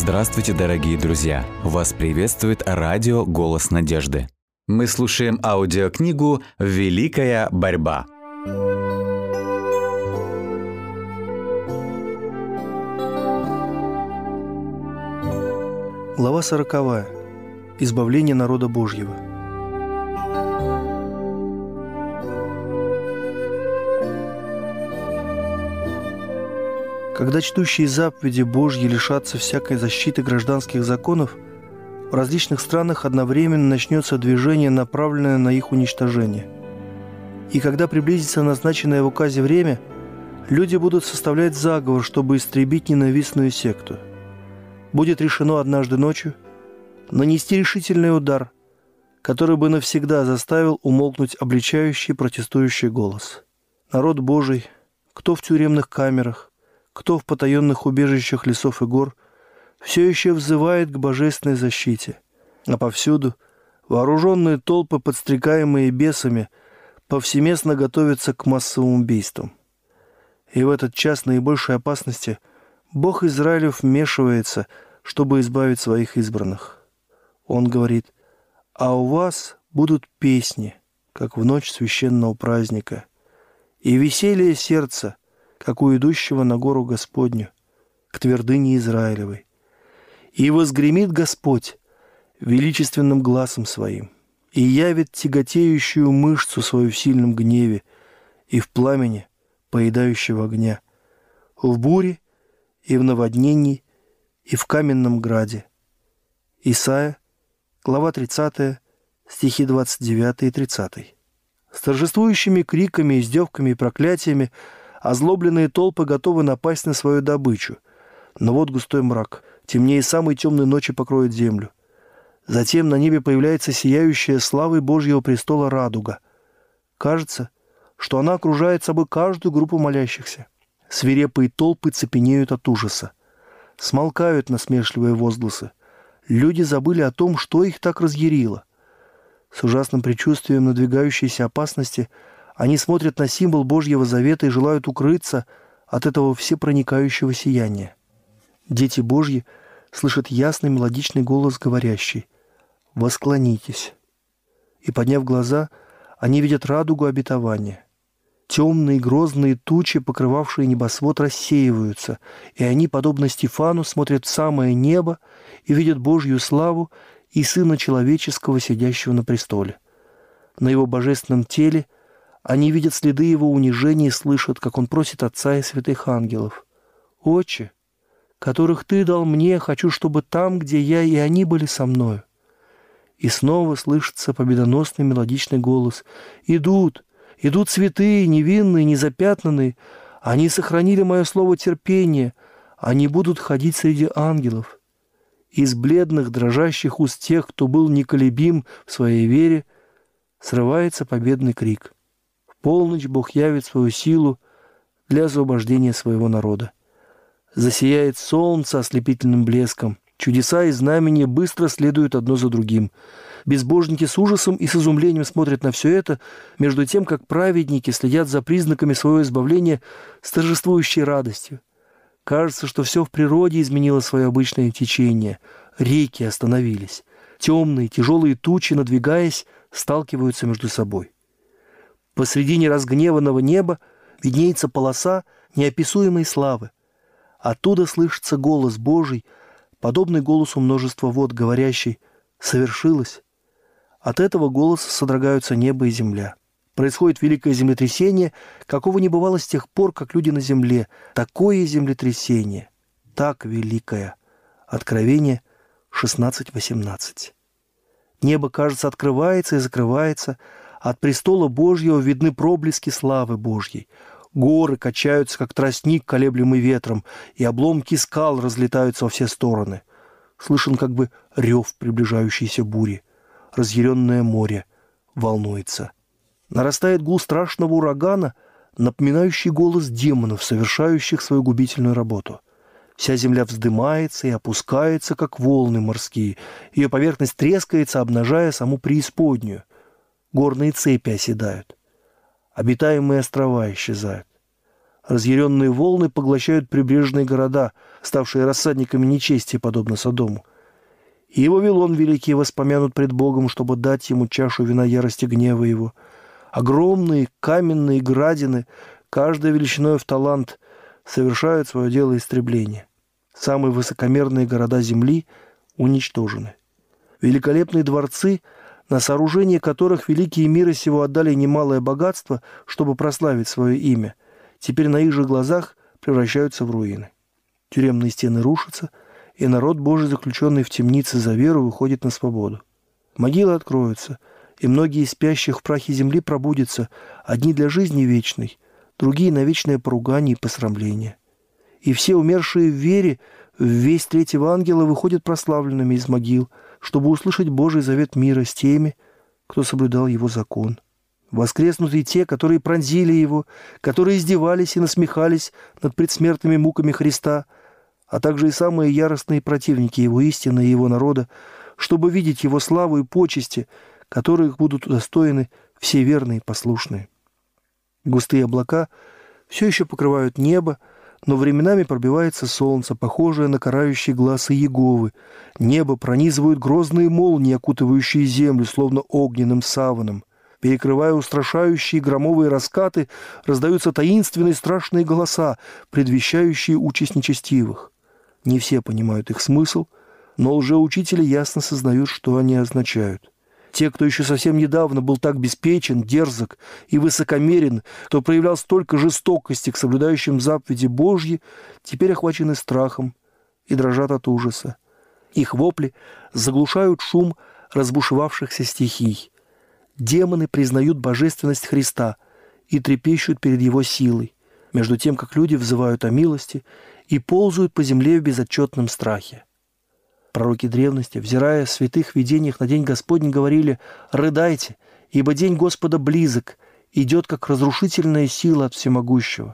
Здравствуйте, дорогие друзья! Вас приветствует радио «Голос надежды». Мы слушаем аудиокнигу «Великая борьба». Глава 40. Избавление народа Божьего. Когда чтущие заповеди Божьи лишатся всякой защиты гражданских законов, в различных странах одновременно начнется движение, направленное на их уничтожение. И когда приблизится назначенное в указе время, люди будут составлять заговор, чтобы истребить ненавистную секту. Будет решено однажды ночью нанести решительный удар, который бы навсегда заставил умолкнуть обличающий протестующий голос. Народ Божий, кто в тюремных камерах, кто в потаенных убежищах лесов и гор, все еще взывает к божественной защите. А повсюду вооруженные толпы, подстрекаемые бесами, повсеместно готовятся к массовым убийствам. И в этот час наибольшей опасности Бог Израилев вмешивается, чтобы избавить своих избранных. Он говорит: «А у вас будут песни, как в ночь священного праздника, и веселье сердца, как у идущего на гору Господню, к твердыне Израилевой. И возгремит Господь величественным гласом своим, и явит тяготеющую мышцу свою в сильном гневе и в пламени поедающего огня, в буре и в наводнении и в каменном граде». Исайя, глава 30, стихи 29 и 30. С торжествующими криками, издевками и проклятиями озлобленные толпы готовы напасть на свою добычу. Но вот густой мрак, темнее самой темной ночи, покроет землю. Затем на небе появляется сияющая славой Божьего престола радуга. Кажется, что она окружает собой каждую группу молящихся. Свирепые толпы цепенеют от ужаса. Смолкают насмешливые возгласы. Люди забыли о том, что их так разъярило. С ужасным предчувствием надвигающейся опасности они смотрят на символ Божьего завета и желают укрыться от этого всепроникающего сияния. Дети Божьи слышат ясный мелодичный голос, говорящий: «Восклонитесь». И, подняв глаза, они видят радугу обетования. Темные грозные тучи, покрывавшие небосвод, рассеиваются, и они, подобно Стефану, смотрят в самое небо и видят Божью славу и Сына Человеческого, сидящего на престоле. На его божественном теле они видят следы его унижения и слышат, как он просит Отца и святых ангелов: «Отче, которых Ты дал мне, хочу, чтобы там, где я, и они были со мною». И снова слышится победоносный мелодичный голос: «Идут, идут святые, невинные, незапятнанные. Они сохранили мое слово терпения. Они будут ходить среди ангелов». Из бледных, дрожащих уст тех, кто был неколебим в своей вере, срывается победный крик. В полночь Бог явит свою силу для освобождения своего народа. Засияет солнце ослепительным блеском. Чудеса и знамения быстро следуют одно за другим. Безбожники с ужасом и с изумлением смотрят на все это, между тем, как праведники следят за признаками своего избавления с торжествующей радостью. Кажется, что все в природе изменило свое обычное течение. Реки остановились. Темные, тяжелые тучи, надвигаясь, сталкиваются между собой. Посредине разгневанного неба виднеется полоса неописуемой славы. Оттуда слышится голос Божий, подобный голосу множества вод, говорящий: «Совершилось». От этого голоса содрогаются небо и земля. Происходит великое землетрясение, какого не бывало с тех пор, как люди на земле. Такое землетрясение, так великое. Откровение 16:18. Небо, кажется, открывается и закрывается. От престола Божьего видны проблески славы Божьей. Горы качаются, как тростник, колеблемый ветром, и обломки скал разлетаются во все стороны. Слышен как бы рев приближающейся бури. Разъяренное море волнуется. Нарастает гул страшного урагана, напоминающий голос демонов, совершающих свою губительную работу. Вся земля вздымается и опускается, как волны морские. Ее поверхность трескается, обнажая саму преисподнюю. Горные цепи оседают. Обитаемые острова исчезают. Разъяренные волны поглощают прибрежные города, ставшие рассадниками нечестия, подобно Содому. И Вавилон великий воспомянут пред Богом, чтобы дать ему чашу вина ярости гнева его. Огромные каменные градины, каждая величиной в талант, совершают свое дело истребления. Самые высокомерные города земли уничтожены. Великолепные дворцы, на сооружение которых великие мира сего отдали немалое богатство, чтобы прославить свое имя, теперь на их же глазах превращаются в руины. Тюремные стены рушатся, и народ Божий, заключенный в темнице за веру, выходит на свободу. Могилы откроются, и многие из спящих в прахе земли пробудятся, одни для жизни вечной, другие на вечное поругание и посрамление. И все умершие в вере в весть третьего ангела выходят прославленными из могил, чтобы услышать Божий завет мира с теми, кто соблюдал его закон. Воскреснут и те, которые пронзили его, которые издевались и насмехались над предсмертными муками Христа, а также и самые яростные противники его истины и его народа, чтобы видеть его славу и почести, которых будут удостоены все верные и послушные. Густые облака все еще покрывают небо, но временами пробивается солнце, похожее на карающий глаз Иеговы. Небо пронизывают грозные молнии, окутывающие землю, словно огненным саваном. Перекрывая устрашающие громовые раскаты, раздаются таинственные страшные голоса, предвещающие участь нечестивых. Не все понимают их смысл, но лжеучители ясно сознают, что они означают. Те, кто еще совсем недавно был так беспечен, дерзок и высокомерен, кто проявлял столько жестокости к соблюдающим заповеди Божьи, теперь охвачены страхом и дрожат от ужаса. Их вопли заглушают шум разбушевавшихся стихий. Демоны признают божественность Христа и трепещут перед Его силой, между тем, как люди взывают о милости и ползают по земле в безотчетном страхе. Пророки древности, взирая в святых видениях на день Господень, говорили: «Рыдайте, ибо день Господа близок, идет, как разрушительная сила от всемогущего.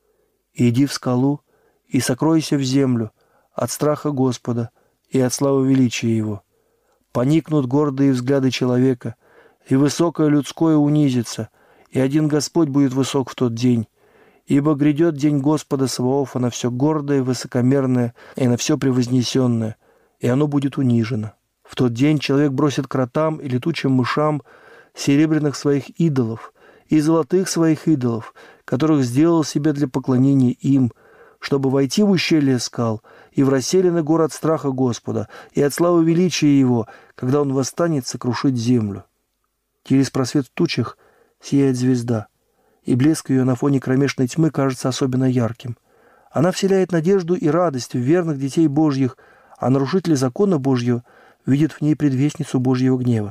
Иди в скалу и сокройся в землю от страха Господа и от славы величия Его. Поникнут гордые взгляды человека, и высокое людское унизится, и один Господь будет высок в тот день. Ибо грядет день Господа Саваофа на все гордое и высокомерное, и на все превознесенное, и оно будет унижено. В тот день человек бросит кротам и летучим мышам серебряных своих идолов и золотых своих идолов, которых сделал себе для поклонения им, чтобы войти в ущелье скал и в расселенный город страха Господа и от славы величия Его, когда Он восстанет сокрушить землю. Через просвет в тучах сияет звезда, и блеск ее на фоне кромешной тьмы кажется особенно ярким. Она вселяет надежду и радость в верных детей Божьих, а нарушители закона Божьего видят в ней предвестницу Божьего гнева.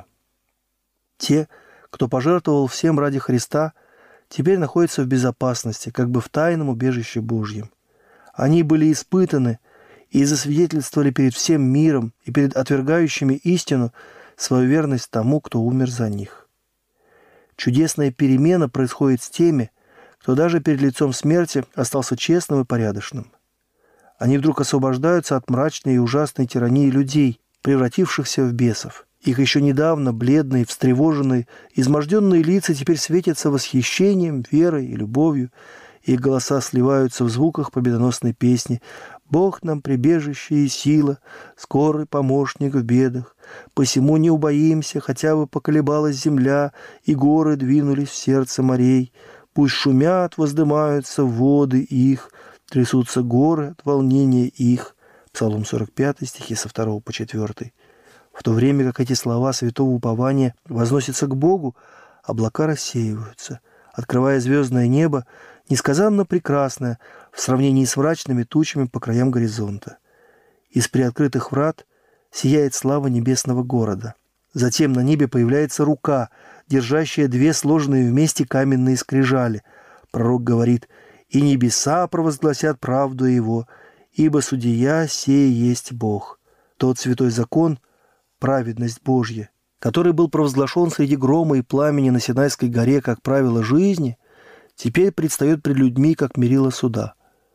Те, кто пожертвовал всем ради Христа, теперь находятся в безопасности, как бы в тайном убежище Божьем. Они были испытаны и засвидетельствовали перед всем миром и перед отвергающими истину свою верность тому, кто умер за них. Чудесная перемена происходит с теми, кто даже перед лицом смерти остался честным и порядочным. Они вдруг освобождаются от мрачной и ужасной тирании людей, превратившихся в бесов. Их еще недавно бледные, встревоженные, изможденные лица теперь светятся восхищением, верой и любовью. Их голоса сливаются в звуках победоносной песни: «Бог нам прибежище и сила, скорый помощник в бедах. Посему не убоимся, хотя бы поколебалась земля, и горы двинулись в сердце морей. Пусть шумят, воздымаются воды их, трясутся горы от волнения их». Псалом 45, стихи со 2 по 4. В то время как эти слова святого упования возносятся к Богу, облака рассеиваются, открывая звездное небо, несказанно прекрасное в сравнении с мрачными тучами по краям горизонта. Из приоткрытых врат сияет слава небесного города. Затем на небе появляется рука, держащая две сложенные вместе каменные скрижали. Пророк говорит: «И небеса провозгласят правду Его, ибо судья сей есть Бог». Тот святой закон, праведность Божья, который был провозглашен среди грома и пламени на Синайской горе как правило жизни, теперь предстает пред людьми как мерило суда.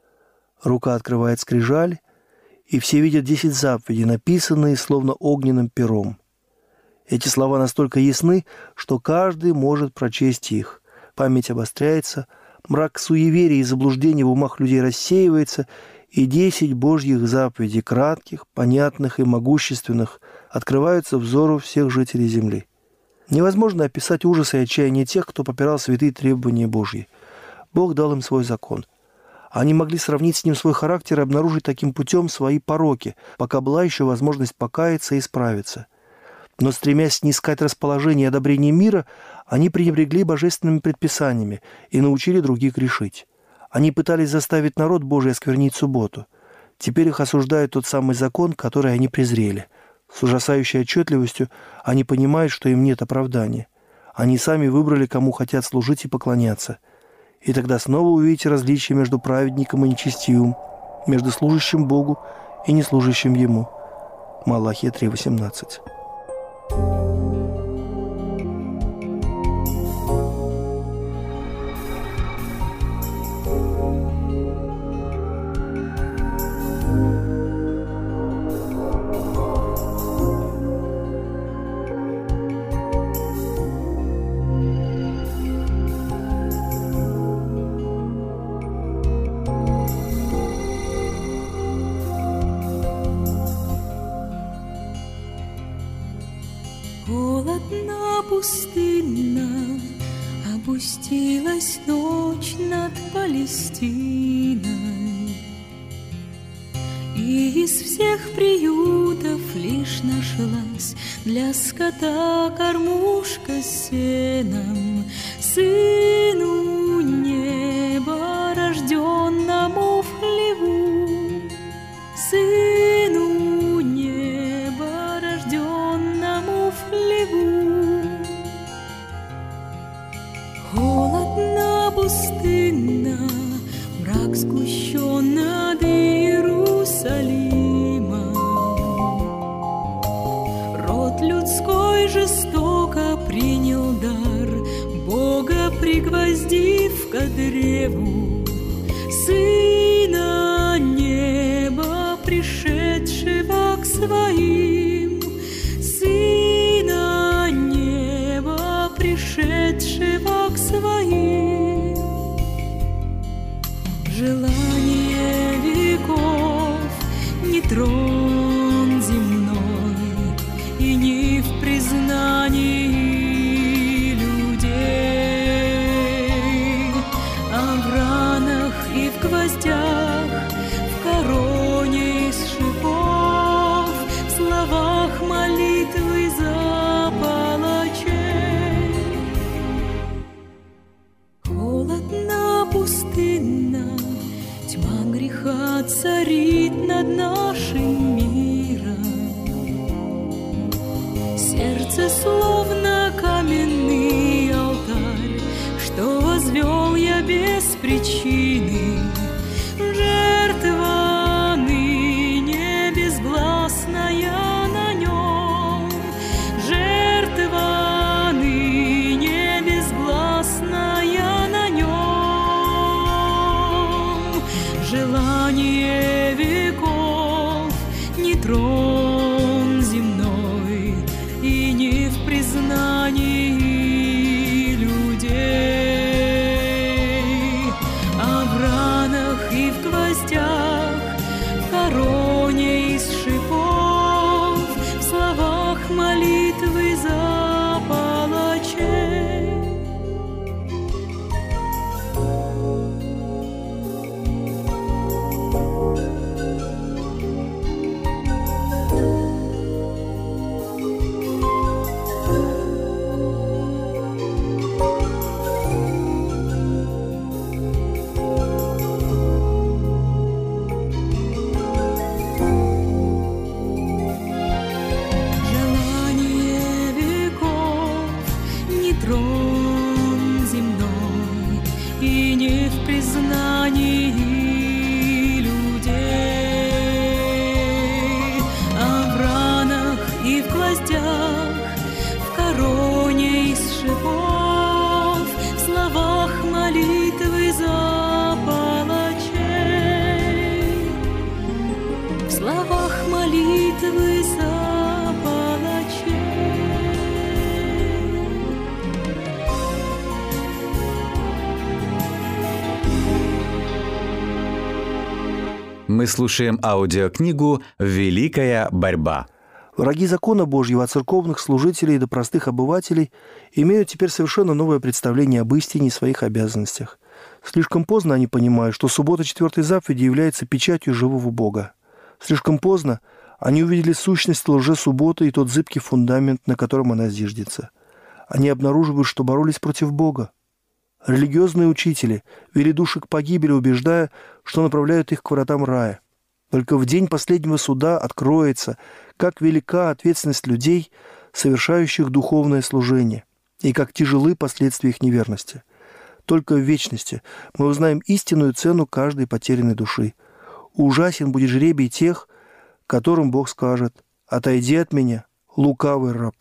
Рука открывает скрижали, и все видят 10 заповедей, написанные словно огненным пером. Эти слова настолько ясны, что каждый может прочесть их. Память обостряется, мрак суеверия и заблуждений в умах людей рассеивается, и 10 Божьих заповедей, кратких, понятных и могущественных, открываются взору всех жителей земли. Невозможно описать ужас и отчаяние тех, кто попирал святые требования Божьи. Бог дал им свой закон. Они могли сравнить с ним свой характер и обнаружить таким путем свои пороки, пока была еще возможность покаяться и исправиться. Но, стремясь снискать расположение и одобрение мира, они пренебрегли божественными предписаниями и научили других грешить. Они пытались заставить народ Божий осквернить субботу. Теперь их осуждает тот самый закон, который они презрели. С ужасающей отчетливостью они понимают, что им нет оправдания. Они сами выбрали, кому хотят служить и поклоняться. И тогда снова увидите различие между праведником и нечестивым, между служащим Богу и неслужащим Ему. Малахия 3:18. Холодно, пустынно опустилась ночь над Палестиной, и из всех приютов лишь нашлась для скота кормушка с сеном, сыну неба, рожденному в хлеву, сыну неба, рожденному в хлеву. Холодно, пустынно, мрак сгущен над Иерусалимом. Род людской жестоко принял дар, Бога пригвоздив ко древу, Сына неба, пришедшего к своим, Сына неба, пришедшего к своим. Желание веков не трон земной, и не в признании людей, а в ранах и в гвоздях, в короне из шипов, в словах молитвы за палачей. Холодно, пустынно, тьма греха царит над нашим миром. Сердце словно каменный алтарь, что возвел я без причины. Жертва ныне безгласная на нем, жертва ныне безгласная на нем. Желание веков не трон земной, и не в признании людей, а в ранах и в гвоздях, в короне из шипов, в словах молитвы за палачей. Трон земной, и не в признании людей, а в ранах и в гвоздях, в короне из шипов, в словах молитвы за палачей, в словах молитвы за палачей. Мы слушаем аудиокнигу «Великая борьба». Враги закона Божьего от церковных служителей до простых обывателей имеют теперь совершенно новое представление об истине и своих обязанностях. Слишком поздно они понимают, что суббота 4-й заповеди является печатью живого Бога. Слишком поздно они увидели сущность лжесубботы и тот зыбкий фундамент, на котором она зиждется. Они обнаруживают, что боролись против Бога. Религиозные учители вели души к погибели, убеждая, что направляют их к вратам рая. Только в день последнего суда откроется, как велика ответственность людей, совершающих духовное служение, и как тяжелы последствия их неверности. Только в вечности мы узнаем истинную цену каждой потерянной души. Ужасен будет жребий тех, которым Бог скажет: «Отойди от меня, лукавый раб».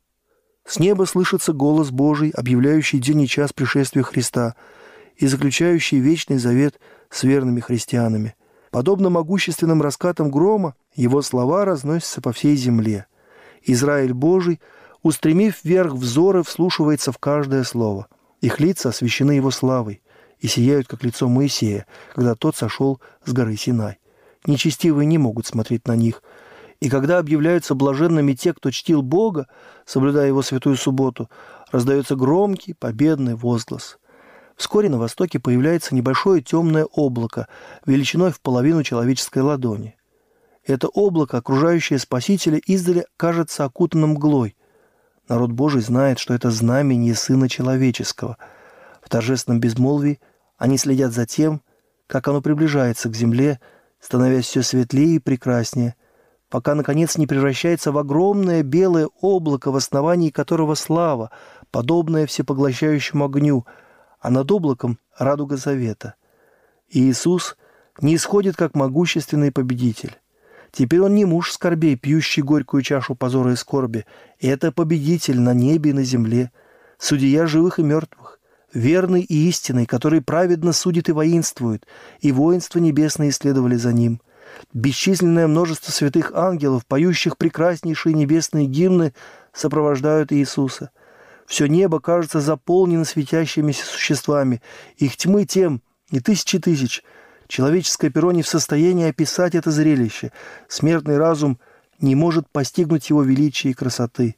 С неба слышится голос Божий, объявляющий день и час пришествия Христа и заключающий вечный завет с верными христианами. Подобно могущественным раскатам грома, его слова разносятся по всей земле. Израиль Божий, устремив вверх взоры, вслушивается в каждое слово. Их лица освящены его славой и сияют, как лицо Моисея, когда тот сошел с горы Синай. Нечестивые не могут смотреть на них. И когда объявляются блаженными те, кто чтил Бога, соблюдая его святую субботу, раздается громкий победный возглас. Вскоре на востоке появляется небольшое темное облако, величиной в половину человеческой ладони. Это облако, окружающее Спасителя, издали кажется окутанным мглой. Народ Божий знает, что это знамение Сына Человеческого. В торжественном безмолвии они следят за тем, как оно приближается к земле, становясь все светлее и прекраснее, пока, наконец, не превращается в огромное белое облако, в основании которого слава, подобная всепоглощающему огню, а над облаком — радуга завета. И Иисус не исходит как могущественный победитель. Теперь Он не муж скорбей, пьющий горькую чашу позора и скорби. Это победитель на небе и на земле, судья живых и мертвых, верный и истинный, который праведно судит и воинствует, и воинства небесные следовали за Ним. Бесчисленное множество святых ангелов, поющих прекраснейшие небесные гимны, сопровождают Иисуса. Все небо кажется заполнено светящимися существами. Их тьмы тем и тысячи тысяч. Человеческое перо не в состоянии описать это зрелище. Смертный разум не может постигнуть его величия и красоты.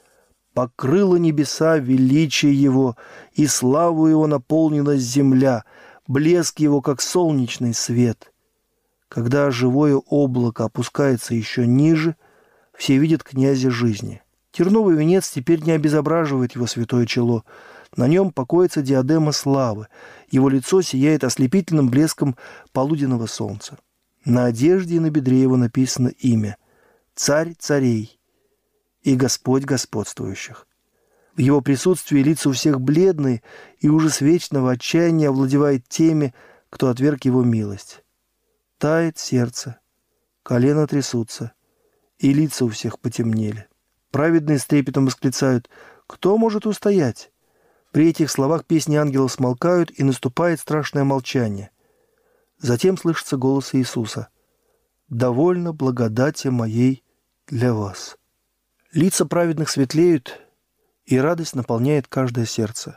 Покрыло небеса величие его, и славу его наполнилась земля, блеск его, как солнечный свет. Когда живое облако опускается еще ниже, все видят князя жизни. Терновый венец теперь не обезображивает его святое чело. На нем покоится диадема славы. Его лицо сияет ослепительным блеском полуденного солнца. На одежде и на бедре его написано имя — «Царь царей» и «Господь господствующих». В его присутствии лица у всех бледные, и ужас вечного отчаяния овладевает теми, кто отверг его милость. Тает сердце, колена трясутся, и лица у всех потемнели. Праведные с трепетом восклицают: «Кто может устоять?» При этих словах песни ангелов смолкают, и наступает страшное молчание. Затем слышится голос Иисуса: «Довольно благодати моей для вас». Лица праведных светлеют, и радость наполняет каждое сердце.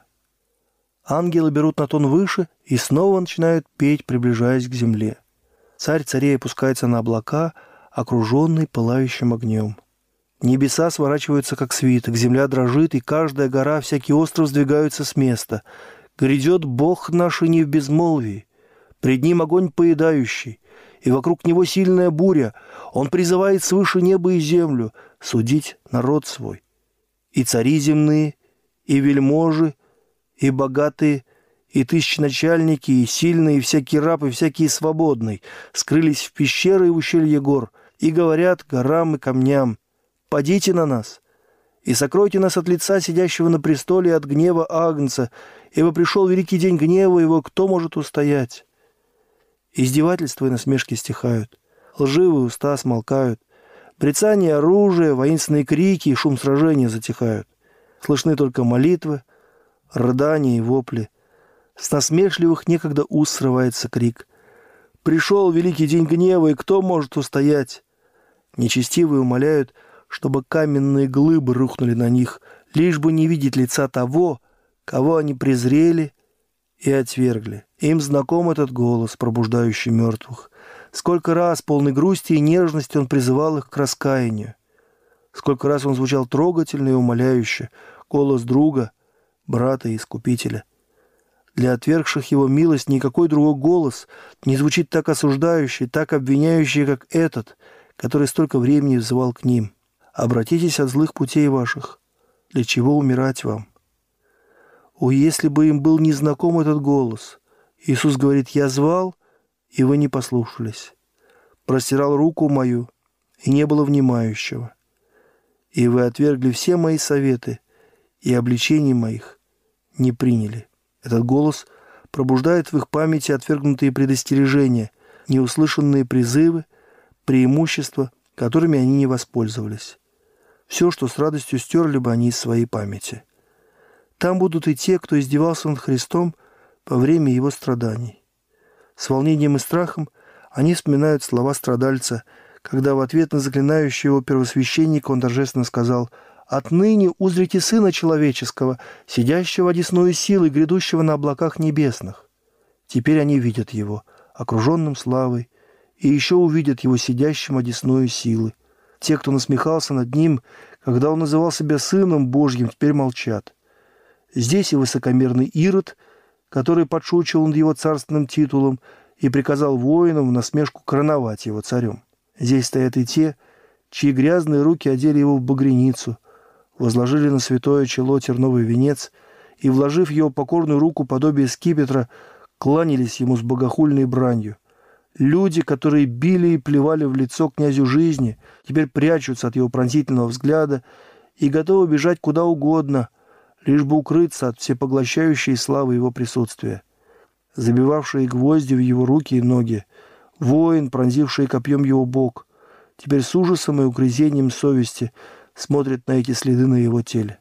Ангелы берут на тон выше и снова начинают петь, приближаясь к земле. Царь царей опускается на облака, окруженный пылающим огнем. Небеса сворачиваются, как свиток, земля дрожит, и каждая гора, всякий остров сдвигаются с места. Грядет Бог наш и не в безмолвии. Пред Ним огонь поедающий, и вокруг Него сильная буря. Он призывает свыше небо и землю судить народ свой. И цари земные, и вельможи, и богатые, и тысяченачальники, и сильные, и всякий раб, и всякий свободный скрылись в пещеры и в ущелье гор, и говорят горам и камням: «Падите на нас, и сокройте нас от лица сидящего на престоле и от гнева Агнца, ибо пришел великий день гнева его, кто может устоять?» Издевательства и насмешки стихают, лживые уста смолкают, брецание оружия, воинственные крики и шум сражения затихают. Слышны только молитвы, рыдания и вопли. С насмешливых некогда уст срывается крик: «Пришел великий день гнева, и кто может устоять?» Нечестивые умоляют, чтобы каменные глыбы рухнули на них, лишь бы не видеть лица того, кого они презрели и отвергли. Им знаком этот голос, пробуждающий мертвых. Сколько раз, полной грусти и нежности, он призывал их к раскаянию. Сколько раз он звучал трогательно и умоляюще, голос друга, брата и искупителя. Для отвергших его милость никакой другой голос не звучит так осуждающий, так обвиняющий, как этот, который столько времени взывал к ним. «Обратитесь от злых путей ваших. Для чего умирать вам?» О, если бы им был незнаком этот голос! Иисус говорит: «Я звал, и вы не послушались. Простирал руку мою, и не было внимающего. И вы отвергли все мои советы, и обличений моих не приняли». Этот голос пробуждает в их памяти отвергнутые предостережения, неуслышанные призывы, преимущества, которыми они не воспользовались. Все, что с радостью стерли бы они из своей памяти. Там будут и те, кто издевался над Христом во время его страданий. С волнением и страхом они вспоминают слова страдальца, когда в ответ на заклинающего его первосвященника он торжественно сказал: «Отныне узрите Сына Человеческого, сидящего одесную силы, грядущего на облаках небесных». Теперь они видят его, окруженным славой, и еще увидят его сидящим одесную силы. Те, кто насмехался над ним, когда он называл себя Сыном Божьим, теперь молчат. Здесь и высокомерный Ирод, который подшучивал над его царственным титулом и приказал воинам в насмешку короновать его царем. Здесь стоят и те, чьи грязные руки одели его в багряницу, возложили на святое чело терновый венец и, вложив в его покорную руку подобие скипетра, кланялись ему с богохульной бранью. Люди, которые били и плевали в лицо князю жизни, теперь прячутся от его пронзительного взгляда и готовы бежать куда угодно, лишь бы укрыться от всепоглощающей славы его присутствия. Забивавшие гвозди в его руки и ноги, воин, пронзивший копьем его бок, теперь с ужасом и угрызением совести смотрит на эти следы на его теле.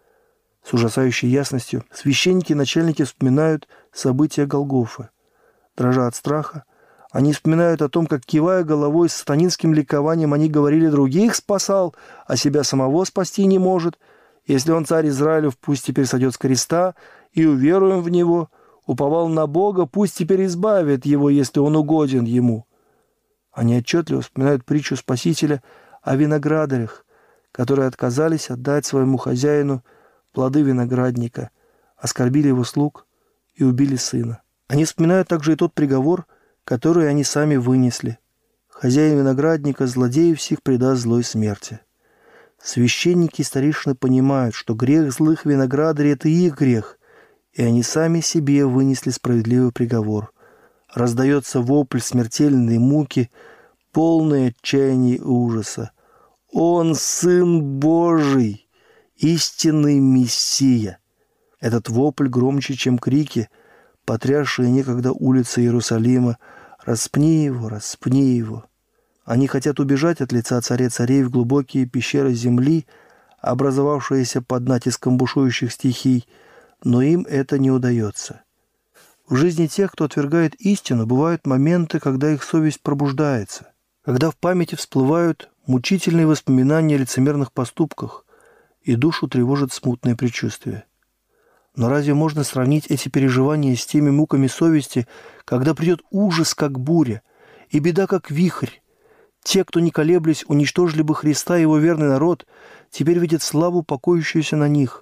С ужасающей ясностью священники и начальники вспоминают события Голгофы. Дрожа от страха, они вспоминают о том, как, кивая головой с сатанинским ликованием, они говорили: «Других спасал, а себя самого спасти не может. Если он царь Израилев, пусть теперь сойдет с креста, и уверуем в него. Уповал на Бога, пусть теперь избавит его, если он угоден ему». Они отчетливо вспоминают притчу Спасителя о виноградарях, которые отказались отдать своему хозяину плоды виноградника, оскорбили его слуг и убили сына. Они вспоминают также и тот приговор, который они сами вынесли. Хозяин виноградника злодеев всех предаст злой смерти. Священники и старейшины понимают, что грех злых виноградарей – это их грех, и они сами себе вынесли справедливый приговор. Раздается вопль смертельной муки, полный отчаяния и ужаса. «Он Сын Божий, истинный Мессия!» Этот вопль громче, чем крики, потрясшие некогда улицы Иерусалима: «Распни его, распни его!» Они хотят убежать от лица царя царей в глубокие пещеры земли, образовавшиеся под натиском бушующих стихий, но им это не удается. В жизни тех, кто отвергает истину, бывают моменты, когда их совесть пробуждается, когда в памяти всплывают мучительные воспоминания о лицемерных поступках, и душу тревожит смутное предчувствие. Но разве можно сравнить эти переживания с теми муками совести, когда придет ужас, как буря, и беда, как вихрь? Те, кто, не колеблясь, уничтожили бы Христа и его верный народ, теперь видят славу, покоящуюся на них.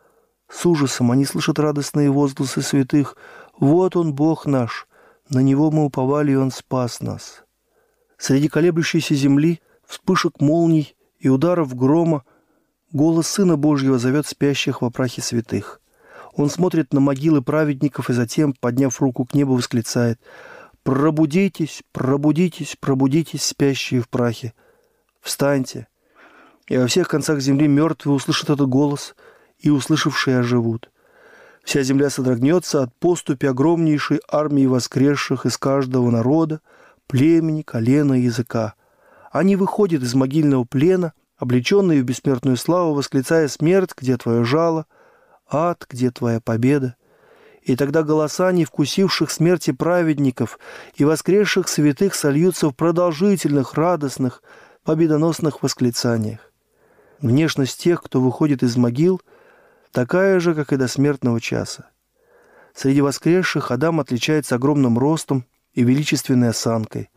С ужасом они слышат радостные возгласы святых: «Вот Он, Бог наш, на Него мы уповали, и Он спас нас». Среди колеблющейся земли, вспышек молний и ударов грома, голос Сына Божьего зовет спящих во прахе святых. Он смотрит на могилы праведников и затем, подняв руку к небу, восклицает: «Пробудитесь, пробудитесь, пробудитесь, спящие в прахе! Встаньте!» И во всех концах земли мертвые услышат этот голос, и услышавшие оживут. Вся земля содрогнется от поступи огромнейшей армии воскресших из каждого народа, племени, колена и языка. Они выходят из могильного плена, облеченные в бессмертную славу, восклицая: «Смерть, где твое жало? Ад, где твоя победа?» И тогда голоса невкусивших смерти праведников и воскресших святых сольются в продолжительных, радостных, победоносных восклицаниях. Внешность тех, кто выходит из могил, такая же, как и до смертного часа. Среди воскресших Адам отличается огромным ростом и величественной осанкой.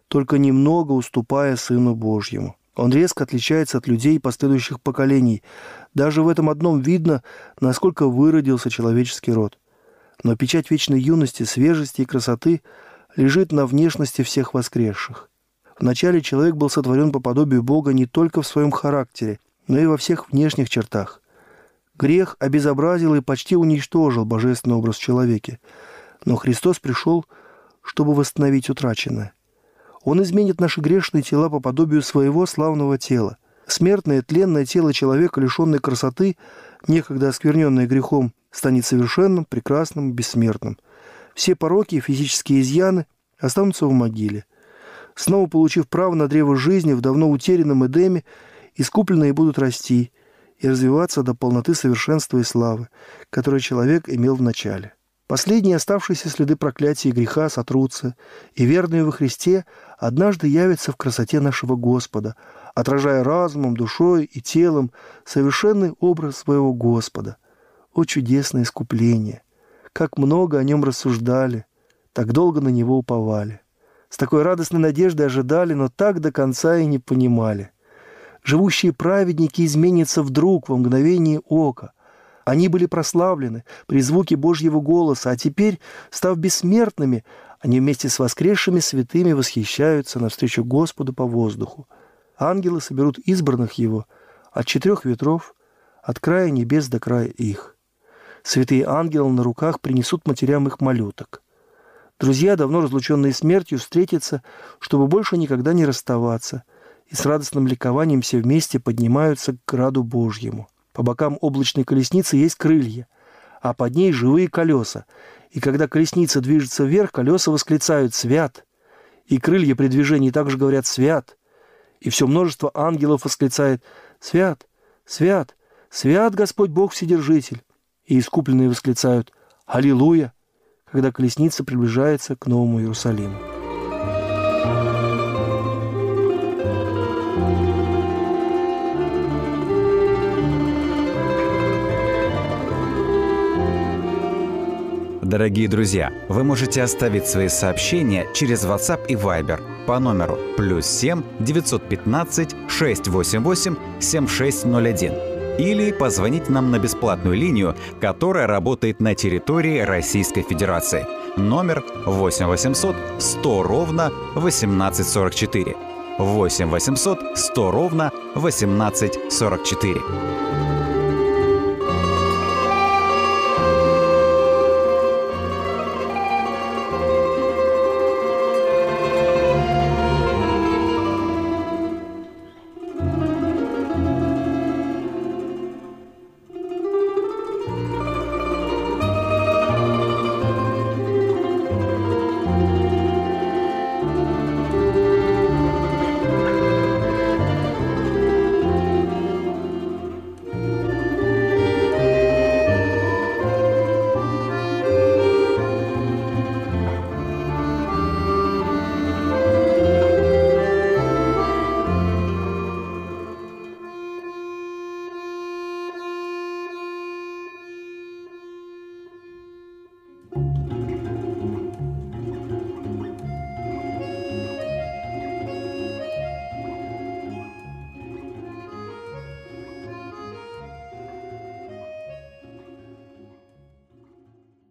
только немного уступая Сыну Божьему. Он резко отличается от людей последующих поколений. Даже в этом одном видно, насколько выродился человеческий род. Но печать вечной юности, свежести и красоты лежит на внешности всех воскресших. Вначале человек был сотворен по подобию Бога не только в своем характере, но и во всех внешних чертах. Грех обезобразил и почти уничтожил божественный образ в человеке. Но Христос пришел, чтобы восстановить утраченное. Он изменит наши грешные тела по подобию своего славного тела. Смертное, тленное тело человека, лишенное красоты, некогда оскверненное грехом, станет совершенным, прекрасным, бессмертным. Все пороки и физические изъяны останутся в могиле. Снова получив право на древо жизни в давно утерянном Эдеме, искупленные будут расти и развиваться до полноты совершенства и славы, которую человек имел в начале. Последние оставшиеся следы проклятия и греха сотрутся, и верные во Христе однажды явятся в красоте нашего Господа, отражая разумом, душой и телом совершенный образ своего Господа. О чудесное искупление! Как много о нем рассуждали, так долго на него уповали. С такой радостной надеждой ожидали, но так до конца и не понимали. Живущие праведники изменятся вдруг, во мгновение ока. Они были прославлены при звуке Божьего голоса, а теперь, став бессмертными, они вместе с воскресшими святыми восхищаются навстречу Господу по воздуху. Ангелы соберут избранных Его от 4 ветров, от края небес до края их. Святые ангелы на руках принесут матерям их малюток. Друзья, давно разлученные смертью, встретятся, чтобы больше никогда не расставаться, и с радостным ликованием все вместе поднимаются к граду Божьему. По бокам облачной колесницы есть крылья, а под ней живые колеса. И когда колесница движется вверх, колеса восклицают «Свят!», и крылья при движении также говорят «Свят!», и все множество ангелов восклицает «Свят! Свят! Свят Господь Бог Вседержитель!», и искупленные восклицают «Аллилуйя!», когда колесница приближается к Новому Иерусалиму. Дорогие друзья, вы можете оставить свои сообщения через WhatsApp и Viber по номеру +7 915 688 7601 или позвонить нам на бесплатную линию, которая работает на территории Российской Федерации. Номер 8 800 100 ровно 1844. 8 800 100 ровно 1844.